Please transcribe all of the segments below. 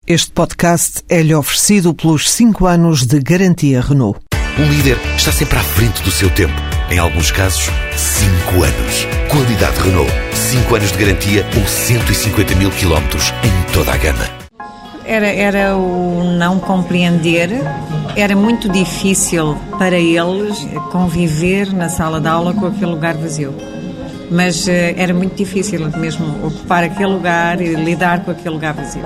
Este podcast é-lhe oferecido pelos 5 anos de garantia Renault. Um líder está sempre à frente do seu tempo. Em alguns casos, 5 anos. Qualidade Renault. 5 anos de garantia ou 150 mil quilómetros em toda a gama. Era o não compreender. Era muito difícil para eles conviver na sala de aula com aquele lugar vazio. Mas era muito difícil mesmo ocupar aquele lugar e lidar com aquele lugar vazio.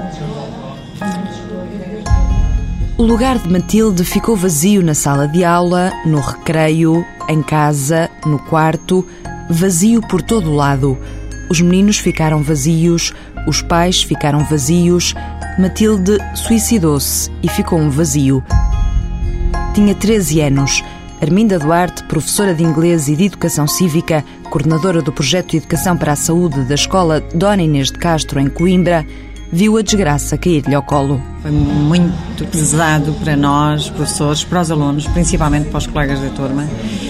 O lugar de Matilde ficou vazio na sala de aula, no recreio, em casa, no quarto, vazio por todo o lado. Os meninos ficaram vazios, os pais ficaram vazios, Matilde suicidou-se e ficou um vazio. Tinha 13 anos. Arminda Duarte, professora de inglês e de educação cívica, coordenadora do projeto de educação para a saúde da escola Dona Inês de Castro, em Coimbra, viu a desgraça cair-lhe ao colo. Foi muito pesado para nós, professores, para os alunos, principalmente para os colegas da turma.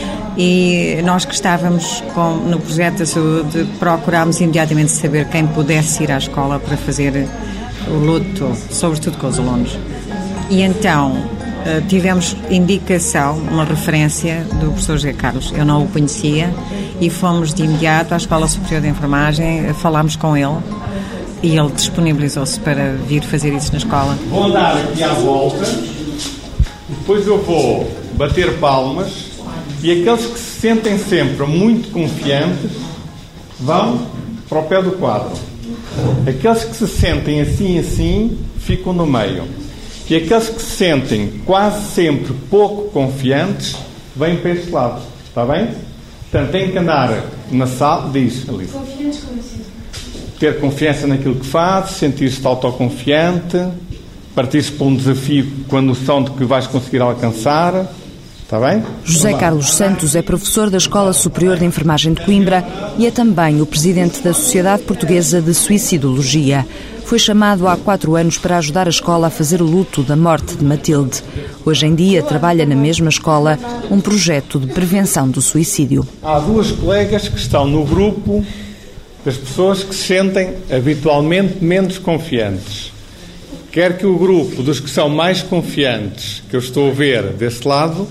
E nós que estávamos no projeto da saúde, procurámos imediatamente saber quem pudesse ir à escola para fazer o luto, sobretudo com os alunos. E então tivemos indicação, uma referência do professor José Carlos. Eu não o conhecia e fomos de imediato à Escola Superior de Enfermagem, falámos com ele. E ele disponibilizou-se para vir fazer isso na escola. Vou andar aqui à volta, depois eu vou bater palmas e aqueles que se sentem sempre muito confiantes vão para o pé do quadro. Aqueles que se sentem assim, ficam no meio. E aqueles que se sentem quase sempre pouco confiantes, vêm para este lado. Está bem? Portanto, tem que andar na sala, diz Alice. Confiantes como assim? Ter confiança naquilo que faz, sentir-se autoconfiante, partir-se para um desafio com a noção de que vais conseguir alcançar. Está bem? José Carlos Santos é professor da Escola Superior de Enfermagem de Coimbra e é também o presidente da Sociedade Portuguesa de Suicidologia. Foi chamado há 4 anos para ajudar a escola a fazer o luto da morte de Matilde. Hoje em dia trabalha na mesma escola um projeto de prevenção do suicídio. Há 2 colegas que estão no grupo das pessoas que se sentem habitualmente menos confiantes. Quero que o grupo dos que são mais confiantes, que eu estou a ver desse lado,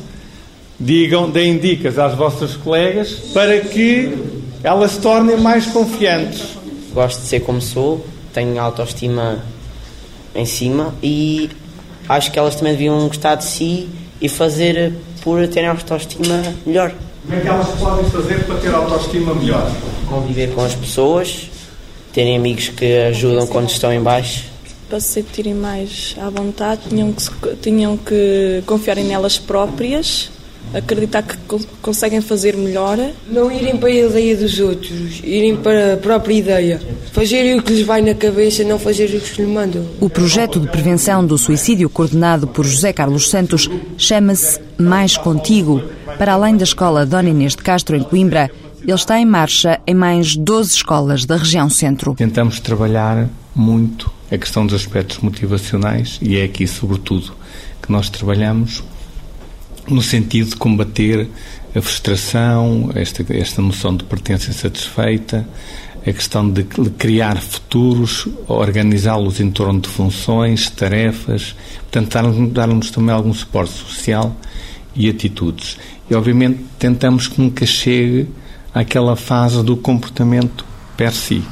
deem dicas às vossas colegas para que elas se tornem mais confiantes. Gosto de ser como sou, tenho autoestima em cima e acho que elas também deviam gostar de si e fazer por terem autoestima melhor. Como é que elas podem fazer para ter autoestima melhor? Conviver com as pessoas, terem amigos que ajudam quando estão em baixo. Para se sentirem mais à vontade, tinham que confiarem nelas próprias, acreditar que conseguem fazer melhor. Não irem para a ideia dos outros, irem para a própria ideia. Fazerem o que lhes vai na cabeça, não fazerem o que lhes mandam. O projeto de prevenção do suicídio, coordenado por José Carlos Santos, chama-se Mais Contigo. Para além da escola Dona Inês de Castro, em Coimbra, ele está em marcha em mais 12 escolas da região centro. Tentamos trabalhar muito a questão dos aspectos motivacionais e é aqui, sobretudo, que nós trabalhamos no sentido de combater a frustração, esta noção de pertença insatisfeita, a questão de criar futuros, organizá-los em torno de funções, tarefas, portanto, dar-nos também algum suporte social e atitudes. E, obviamente, tentamos que nunca chegue àquela fase do comportamento per si.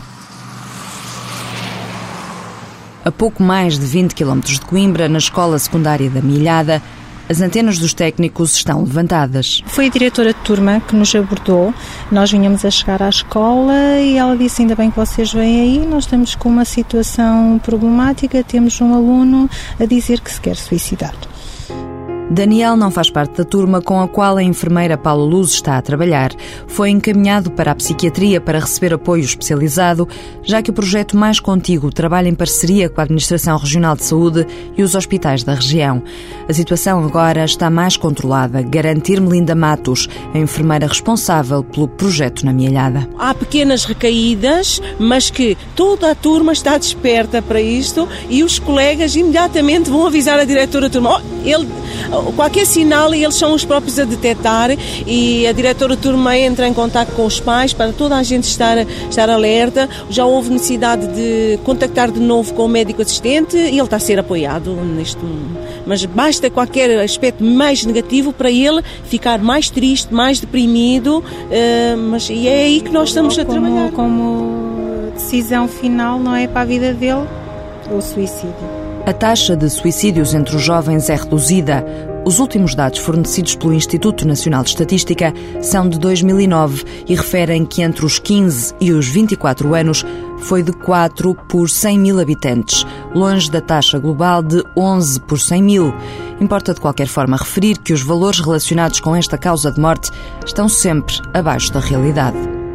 A pouco mais de 20 km de Coimbra, na escola secundária da Milhada, as antenas dos técnicos estão levantadas. Foi a diretora de turma que nos abordou. Nós vinhamos a chegar à escola e ela disse: ainda bem que vocês vêm aí, nós estamos com uma situação problemática, temos um aluno a dizer que se quer suicidar. Daniel não faz parte da turma com a qual a enfermeira Paula Luz está a trabalhar. Foi encaminhado para a psiquiatria para receber apoio especializado, já que o projeto Mais Contigo trabalha em parceria com a Administração Regional de Saúde e os hospitais da região. A situação agora está mais controlada, garante Ermelinda Matos, a enfermeira responsável pelo projeto na Milhada. Há pequenas recaídas, mas que toda a turma está desperta para isto e os colegas imediatamente vão avisar a diretora da turma: qualquer sinal eles são os próprios a detectar, e a diretora de turma entra em contato com os pais para toda a gente estar alerta. Já houve necessidade de contactar de novo com o médico assistente e ele está a ser apoiado nisto. Mas basta qualquer aspecto mais negativo para ele ficar mais triste, mais deprimido, e é aí que nós estamos a trabalhar. Como decisão final, não é para a vida dele, o suicídio. A taxa de suicídios entre os jovens é reduzida. Os últimos dados fornecidos pelo Instituto Nacional de Estatística são de 2009 e referem que entre os 15 e os 24 anos foi de 4 por 100 mil habitantes, longe da taxa global de 11 por 100 mil. Importa de qualquer forma referir que os valores relacionados com esta causa de morte estão sempre abaixo da realidade.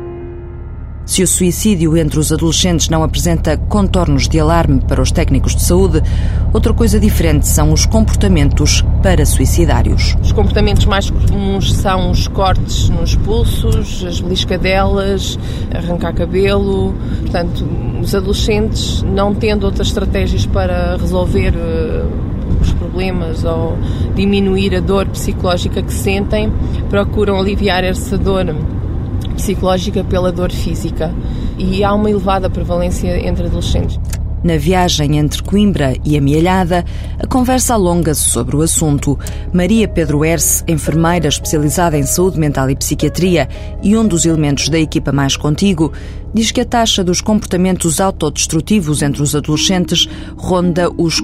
Se o suicídio entre os adolescentes não apresenta contornos de alarme para os técnicos de saúde, outra coisa diferente são os comportamentos para-suicidários. Os comportamentos mais comuns são os cortes nos pulsos, as beliscadelas, arrancar cabelo. Portanto, os adolescentes, não tendo outras estratégias para resolver os problemas ou diminuir a dor psicológica que sentem, procuram aliviar essa dor psicológica pela dor física, e há uma elevada prevalência entre adolescentes. Na viagem entre Coimbra e Amealhada, a conversa alonga-se sobre o assunto. Maria Pedro Erce, enfermeira especializada em saúde mental e psiquiatria e um dos elementos da equipa Mais Contigo, diz que a taxa dos comportamentos autodestrutivos entre os adolescentes ronda os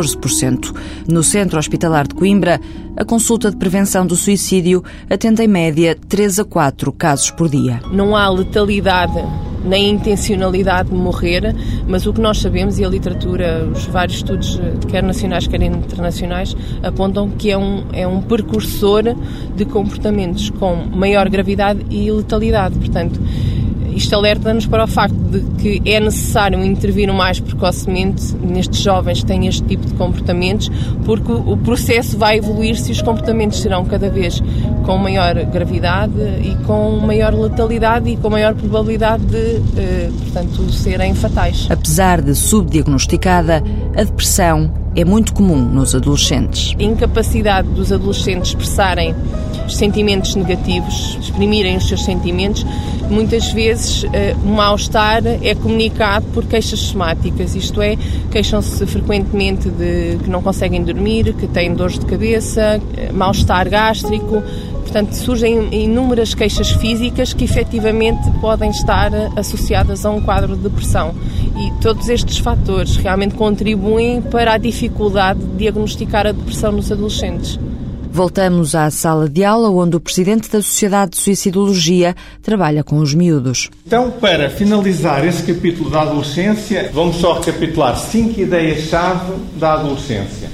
14%. No Centro Hospitalar de Coimbra, a consulta de prevenção do suicídio atende em média 3 a 4 casos por dia. Não há letalidade nem intencionalidade de morrer, mas o que nós sabemos, e a literatura, os vários estudos, quer nacionais, quer internacionais, apontam que é um precursor de comportamentos com maior gravidade e letalidade. Portanto, isto alerta-nos para o facto de que é necessário intervir o mais precocemente nestes jovens que têm este tipo de comportamentos, porque o processo vai evoluir se os comportamentos serão cada vez com maior gravidade e com maior letalidade e com maior probabilidade de, portanto, serem fatais. Apesar de subdiagnosticada, a depressão é muito comum nos adolescentes. A incapacidade dos adolescentes expressarem os sentimentos negativos, exprimirem os seus sentimentos, muitas vezes o mal-estar é comunicado por queixas somáticas, isto é, queixam-se frequentemente de que não conseguem dormir, que têm dores de cabeça, mal-estar gástrico. Portanto, surgem inúmeras queixas físicas que efetivamente podem estar associadas a um quadro de depressão. E todos estes fatores realmente contribuem para a dificuldade de diagnosticar a depressão nos adolescentes. Voltamos à sala de aula, onde o presidente da Sociedade de Suicidologia trabalha com os miúdos. Então, para finalizar esse capítulo da adolescência, vamos só recapitular 5 ideias-chave da adolescência.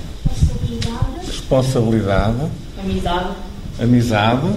Responsabilidade. Amizade.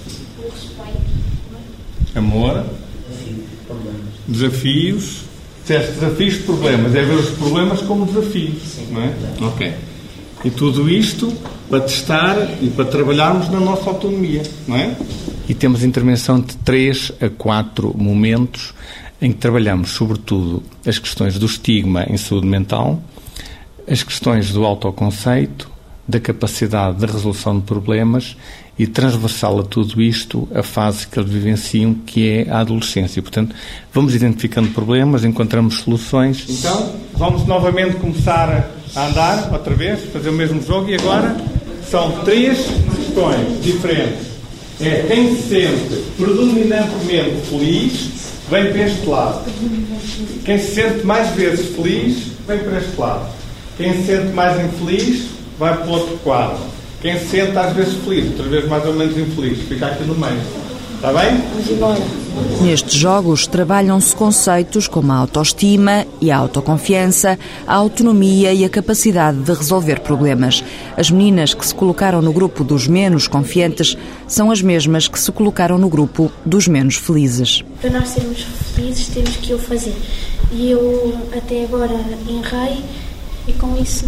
Amor. Desafios. Desafios de problemas. É ver os problemas como desafios. Não é? Ok. E tudo isto para testar e para trabalharmos na nossa autonomia, não é? E temos intervenção de 3 a 4 momentos em que trabalhamos, sobretudo, as questões do estigma em saúde mental, as questões do autoconceito, da capacidade de resolução de problemas e transversal a tudo isto a fase que eles vivenciam, que é a adolescência. Portanto, vamos identificando problemas, encontramos soluções. Então, vamos novamente começar a andar, outra vez, fazer o mesmo jogo, e agora são 3 questões diferentes. É quem se sente predominantemente feliz, vem para este lado. Quem se sente mais vezes feliz, vem para este lado. Quem se sente mais infeliz, vai para o outro quadro. Quem se sente às vezes feliz, outras vezes mais ou menos infeliz, fica aqui no meio. Está bem? Vamos embora. Nestes jogos trabalham-se conceitos como a autoestima e a autoconfiança, a autonomia e a capacidade de resolver problemas. As meninas que se colocaram no grupo dos menos confiantes são as mesmas que se colocaram no grupo dos menos felizes. Para nós sermos felizes temos que o fazer. E eu até agora errei e com isso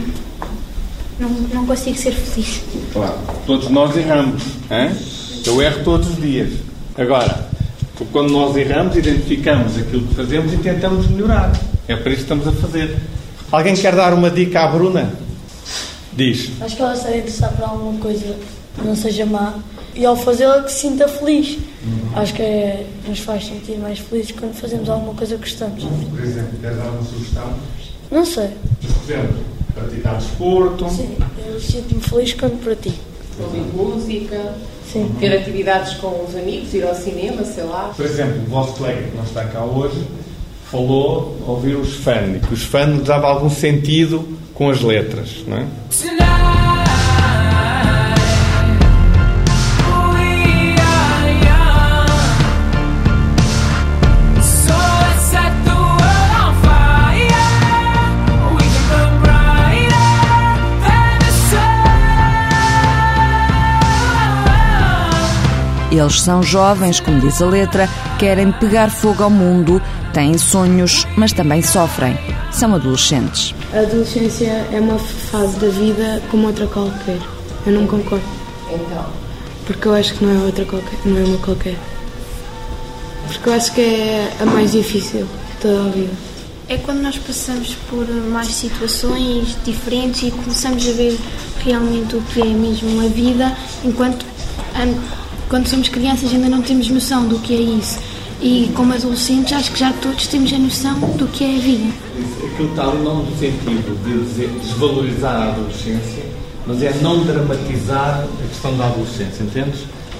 não consigo ser feliz. Claro, todos nós erramos, hein? Eu erro todos os dias. Agora, quando nós erramos, identificamos aquilo que fazemos e tentamos melhorar. É para isso que estamos a fazer. Alguém quer dar uma dica à Bruna? Diz. Acho que ela está a interessar por alguma coisa que não seja má e ao fazê-la que se sinta feliz. Acho que nos faz sentir mais felizes quando fazemos alguma coisa que gostamos. Por exemplo, queres dar uma sugestão? Não sei. Por exemplo, praticar desporto. Sim, eu sinto-me feliz quando pratico. Ouvir música, sim. Ter atividades com os amigos, ir ao cinema, sei lá. Por exemplo, o vosso colega que não está cá hoje falou ouvir os fãs, que os fãs dava algum sentido com as letras, não é? Eles são jovens, como diz a letra, querem pegar fogo ao mundo, têm sonhos, mas também sofrem. São adolescentes. A adolescência é uma fase da vida como outra qualquer. Eu não concordo. Então? Porque eu acho que não é outra qualquer, não é uma qualquer. Porque eu acho que é a mais difícil de toda a vida. É quando nós passamos por mais situações diferentes e começamos a ver realmente o que é mesmo a vida, enquanto quando somos crianças ainda não temos noção do que é isso. E como adolescentes acho que já todos temos a noção do que é a vida. Aquilo está ali não no sentido de desvalorizar a adolescência, mas é não dramatizar a questão da adolescência, entendes?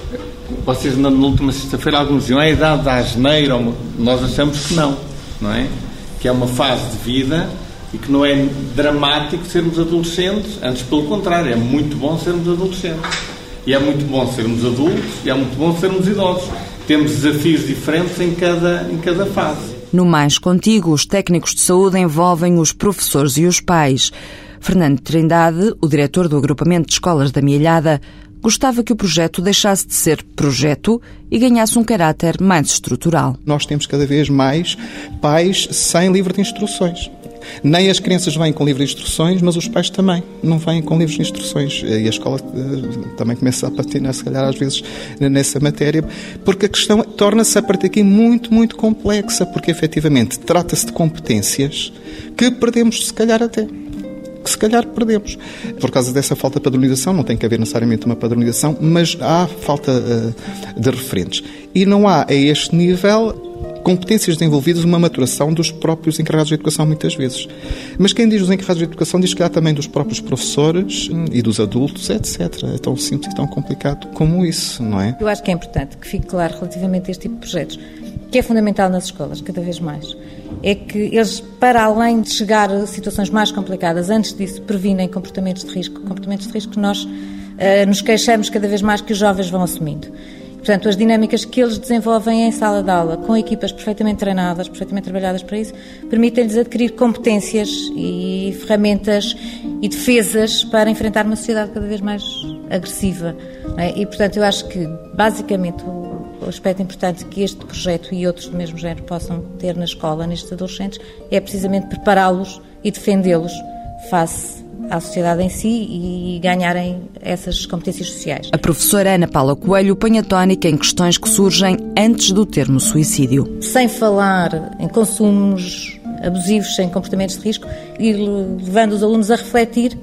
Vocês na última sexta-feira alguns diziam, é a idade da asneira, nós achamos que não é? Que é uma fase de vida e que não é dramático sermos adolescentes, antes pelo contrário, é muito bom sermos adolescentes. E é muito bom sermos adultos e é muito bom sermos idosos. Temos desafios diferentes em cada fase. No Mais Contigo, os técnicos de saúde envolvem os professores e os pais. Fernando Trindade, o diretor do agrupamento de escolas da Mielhada, gostava que o projeto deixasse de ser projeto e ganhasse um caráter mais estrutural. Nós temos cada vez mais pais sem livro de instruções. Nem as crianças vêm com livro de instruções, mas os pais também não vêm com livros de instruções. E a escola também começa a patinar, se calhar, às vezes, nessa matéria, porque a questão torna-se, a partir daqui, muito, muito complexa, porque, efetivamente, trata-se de competências que perdemos, se calhar, até. Que se calhar perdemos. Por causa dessa falta de padronização, não tem que haver necessariamente uma padronização, mas há falta de referentes. E não há, a este nível, competências desenvolvidas, uma maturação dos próprios encarregados de educação, muitas vezes. Mas quem diz os encarregados de educação diz que há também dos próprios professores e dos adultos, etc. É tão simples e tão complicado como isso, não é? Eu acho que é importante que fique claro relativamente a este tipo de projetos, que é fundamental nas escolas, cada vez mais, é que eles, para além de chegar a situações mais complicadas, antes disso, previnem comportamentos de risco que nós nos queixamos cada vez mais que os jovens vão assumindo. Portanto, as dinâmicas que eles desenvolvem em sala de aula, com equipas perfeitamente treinadas, perfeitamente trabalhadas para isso, permitem-lhes adquirir competências e ferramentas e defesas para enfrentar uma sociedade cada vez mais agressiva. Não é? E, portanto, eu acho que, basicamente, o aspecto importante que este projeto e outros do mesmo género possam ter na escola, nestes adolescentes, é precisamente prepará-los e defendê-los face à sociedade em si e ganharem essas competências sociais. A professora Ana Paula Coelho põe a tónica em questões que surgem antes do termo suicídio. Sem falar em consumos abusivos, sem comportamentos de risco, e levando os alunos a refletir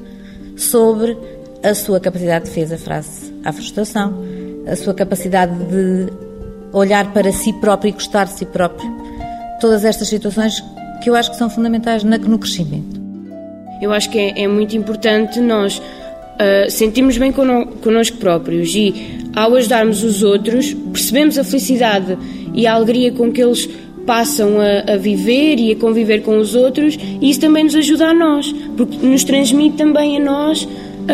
sobre a sua capacidade de defesa face à frustração, a sua capacidade de olhar para si próprio e gostar de si próprio. Todas estas situações que eu acho que são fundamentais no crescimento. Eu acho que é muito importante nós sentirmos bem connosco próprios e, ao ajudarmos os outros, percebemos a felicidade e a alegria com que eles passam a viver e a conviver com os outros, e isso também nos ajuda a nós, porque nos transmite também a nós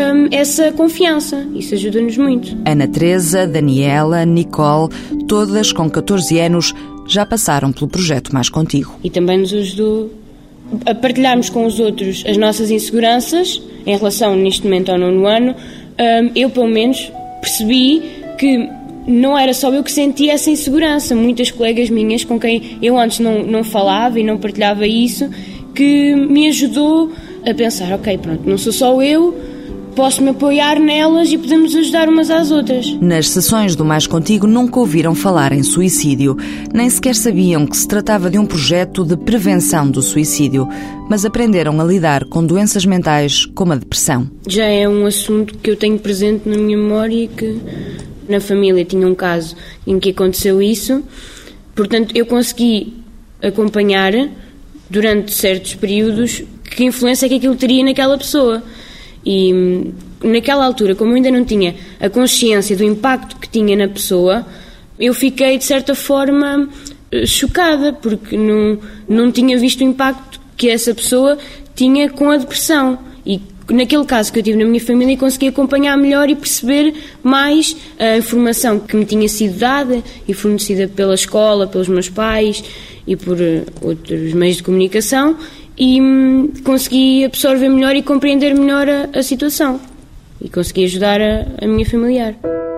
essa confiança. Isso ajuda-nos muito. Ana Teresa, Daniela, Nicole, todas com 14 anos, já passaram pelo projeto Mais Contigo. E também nos ajudou a partilharmos com os outros as nossas inseguranças em relação, neste momento, ao 9º ano. Eu, pelo menos, percebi que não era só eu que sentia essa insegurança. Muitas colegas minhas com quem eu antes não falava e não partilhava isso, que me ajudou a pensar, ok, pronto, não sou só eu, posso-me apoiar nelas e podemos ajudar umas às outras. Nas sessões do Mais Contigo nunca ouviram falar em suicídio. Nem sequer sabiam que se tratava de um projeto de prevenção do suicídio, mas aprenderam a lidar com doenças mentais como a depressão. Já é um assunto que eu tenho presente na minha memória e que na família tinha um caso em que aconteceu isso. Portanto, eu consegui acompanhar durante certos períodos que influência é que aquilo teria naquela pessoa. E naquela altura, como eu ainda não tinha a consciência do impacto que tinha na pessoa, eu fiquei de certa forma chocada, porque não tinha visto o impacto que essa pessoa tinha com a depressão. E naquele caso que eu tive na minha família, consegui acompanhar melhor e perceber mais a informação que me tinha sido dada e fornecida pela escola, pelos meus pais e por outros meios de comunicação, e consegui absorver melhor e compreender melhor a situação e consegui ajudar a minha familiar.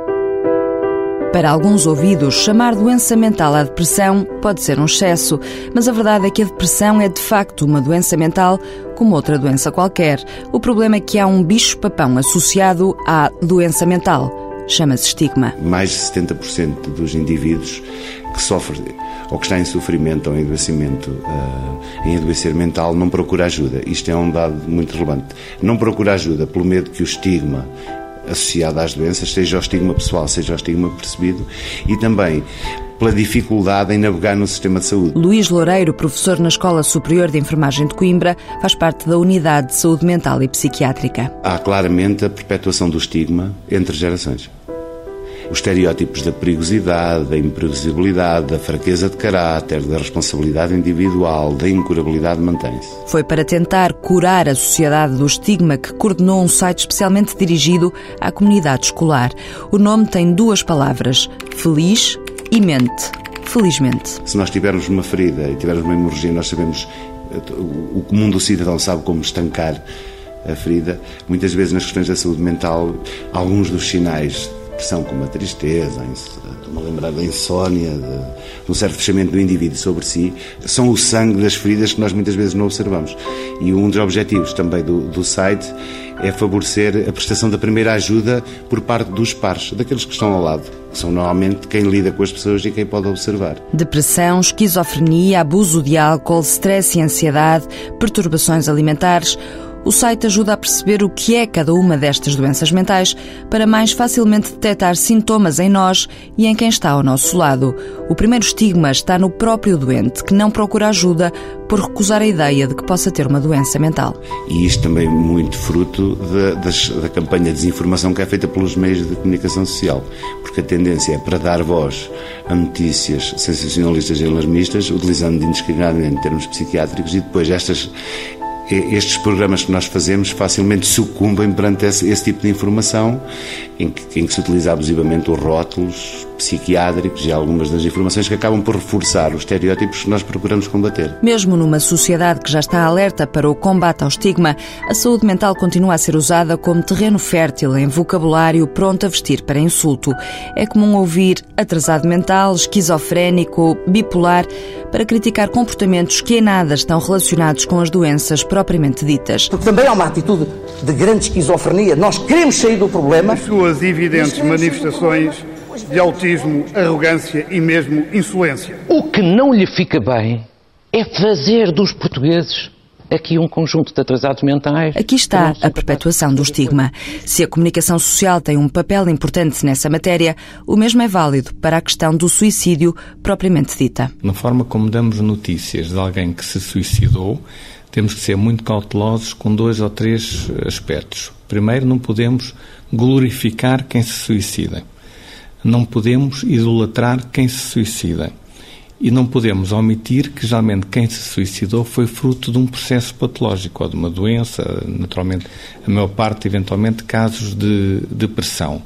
Para alguns ouvidos, chamar doença mental à depressão pode ser um excesso, mas a verdade é que a depressão é de facto uma doença mental como outra doença qualquer. O problema é que há um bicho-papão associado à doença mental. Chama-se estigma. Mais de 70% dos indivíduos que sofrem ou que está em sofrimento ou em adoecimento, em adoecer mental, não procura ajuda. Isto é um dado muito relevante. Não procura ajuda pelo medo que o estigma associado às doenças, seja o estigma pessoal, seja o estigma percebido, e também pela dificuldade em navegar no sistema de saúde. Luís Loureiro, professor na Escola Superior de Enfermagem de Coimbra, faz parte da Unidade de Saúde Mental e Psiquiátrica. Há claramente a perpetuação do estigma entre gerações. Os estereótipos da perigosidade, da imprevisibilidade, da fraqueza de caráter, da responsabilidade individual, da incurabilidade mantém-se. Foi para tentar curar a sociedade do estigma que coordenou um site especialmente dirigido à comunidade escolar. O nome tem duas palavras, feliz e mente. Felizmente. Se nós tivermos uma ferida e tivermos uma hemorragia, nós sabemos, o comum do cidadão sabe como estancar a ferida. Muitas vezes nas questões da saúde mental, alguns dos sinais depressão, como a tristeza, estou-me a lembrar da insónia, de um certo fechamento do indivíduo sobre si, são o sangue das feridas que nós muitas vezes não observamos. E um dos objetivos também do site é favorecer a prestação da primeira ajuda por parte dos pares, daqueles que estão ao lado, que são normalmente quem lida com as pessoas e quem pode observar. Depressão, esquizofrenia, abuso de álcool, stress e ansiedade, perturbações alimentares. O site ajuda a perceber o que é cada uma destas doenças mentais para mais facilmente detectar sintomas em nós e em quem está ao nosso lado. O primeiro estigma está no próprio doente, que não procura ajuda por recusar a ideia de que possa ter uma doença mental. E isto também é muito fruto da campanha de desinformação que é feita pelos meios de comunicação social, porque a tendência é para dar voz a notícias sensacionalistas e alarmistas, utilizando indiscriminadamente termos psiquiátricos, e depois estes programas que nós fazemos facilmente sucumbem perante esse tipo de informação em que se utiliza abusivamente os rótulos psiquiátricos e algumas das informações que acabam por reforçar os estereótipos que nós procuramos combater. Mesmo numa sociedade que já está alerta para o combate ao estigma, a saúde mental continua a ser usada como terreno fértil em vocabulário pronto a vestir para insulto. É comum ouvir atrasado mental, esquizofrénico, bipolar, para criticar comportamentos que em nada estão relacionados com as doenças propriamente ditas. Porque também há uma atitude de grande esquizofrenia. Nós queremos sair do problema. As suas evidentes manifestações de autismo, arrogância e mesmo insolência. O que não lhe fica bem é fazer dos portugueses aqui um conjunto de atrasados mentais. Aqui está a perpetuação do estigma. Se a comunicação social tem um papel importante nessa matéria, o mesmo é válido para a questão do suicídio propriamente dita. Na forma como damos notícias de alguém que se suicidou, temos que ser muito cautelosos com 2 ou 3 aspectos. Primeiro, não podemos glorificar quem se suicida. Não podemos idolatrar quem se suicida. E não podemos omitir que, geralmente, quem se suicidou foi fruto de um processo patológico ou de uma doença, naturalmente, a maior parte, eventualmente, casos de depressão.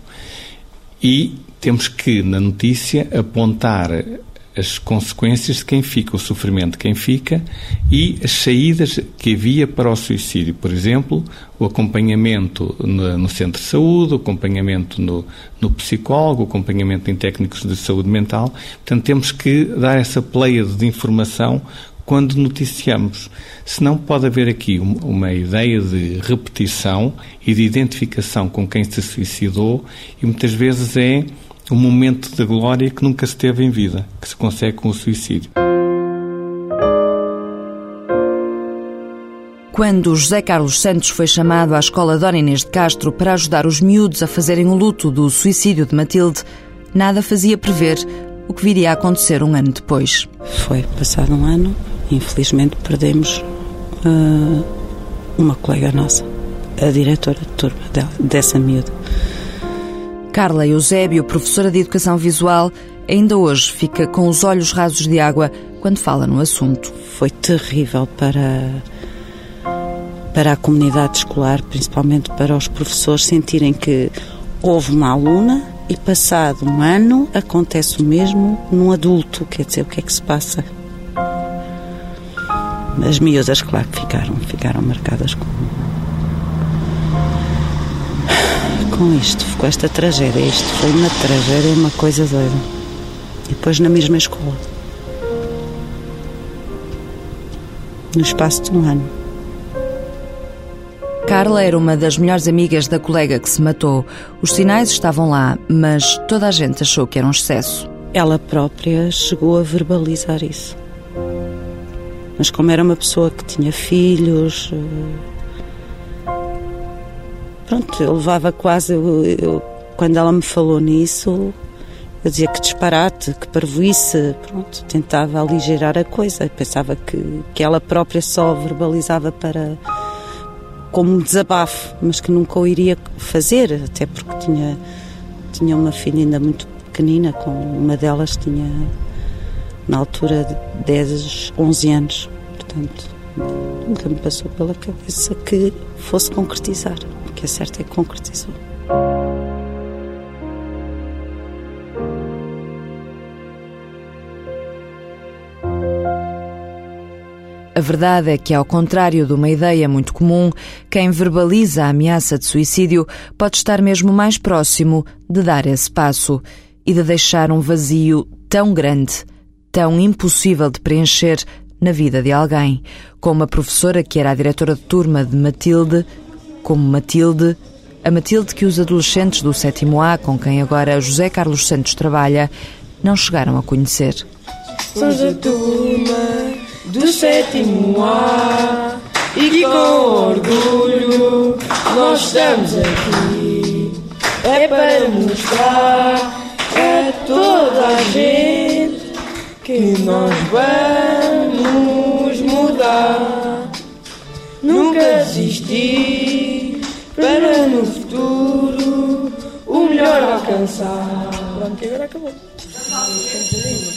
E temos que, na notícia, apontar as consequências de quem fica, o sofrimento de quem fica e as saídas que havia para o suicídio. Por exemplo, o acompanhamento no centro de saúde, o acompanhamento no psicólogo, o acompanhamento em técnicos de saúde mental. Portanto, temos que dar essa pleiade de informação quando noticiamos. Senão pode haver aqui uma ideia de repetição e de identificação com quem se suicidou, e muitas vezes é um momento de glória que nunca se teve em vida, que se consegue com o suicídio. Quando José Carlos Santos foi chamado à escola Dona Inês de Castro para ajudar os miúdos a fazerem o luto do suicídio de Matilde, nada fazia prever o que viria a acontecer um ano depois. Foi passado um ano, infelizmente perdemos uma colega nossa, a diretora de turma dessa miúda. Carla Eusébio, professora de Educação Visual, ainda hoje fica com os olhos rasos de água quando fala no assunto. Foi terrível para a comunidade escolar, principalmente para os professores, sentirem que houve uma aluna e passado um ano acontece o mesmo num adulto. Quer dizer, o que é que se passa? As miúdas, claro que ficaram marcadas com isto, com esta tragédia. Isto foi uma tragédia, uma coisa doida. E depois na mesma escola, no espaço de um ano. Carla era uma das melhores amigas da colega que se matou. Os sinais estavam lá, mas toda a gente achou que era um excesso. Ela própria chegou a verbalizar isso. Mas como era uma pessoa que tinha filhos, pronto, eu levava quase... Quando ela me falou nisso, eu dizia que disparate, que parvoíce, pronto, tentava aligerar a coisa. Eu pensava que ela própria só verbalizava como um desabafo, mas que nunca o iria fazer, até porque tinha uma filha ainda muito pequenina, com uma delas tinha, na altura, de 10, 11 anos. Portanto, nunca me passou pela cabeça que fosse concretizar. O que é certo é que concretizou. A verdade é que, ao contrário de uma ideia muito comum, quem verbaliza a ameaça de suicídio pode estar mesmo mais próximo de dar esse passo e de deixar um vazio tão grande, tão impossível de preencher na vida de alguém, como a professora que era a diretora de turma de Matilde, como Matilde, a Matilde que os adolescentes do 7º A, com quem agora José Carlos Santos trabalha, não chegaram a conhecer. Somos a turma do 7º A e com orgulho nós estamos aqui. É para mostrar a toda a gente que nós vamos mudar. Nunca desistir para no futuro o melhor alcançar. Pronto, agora acabou.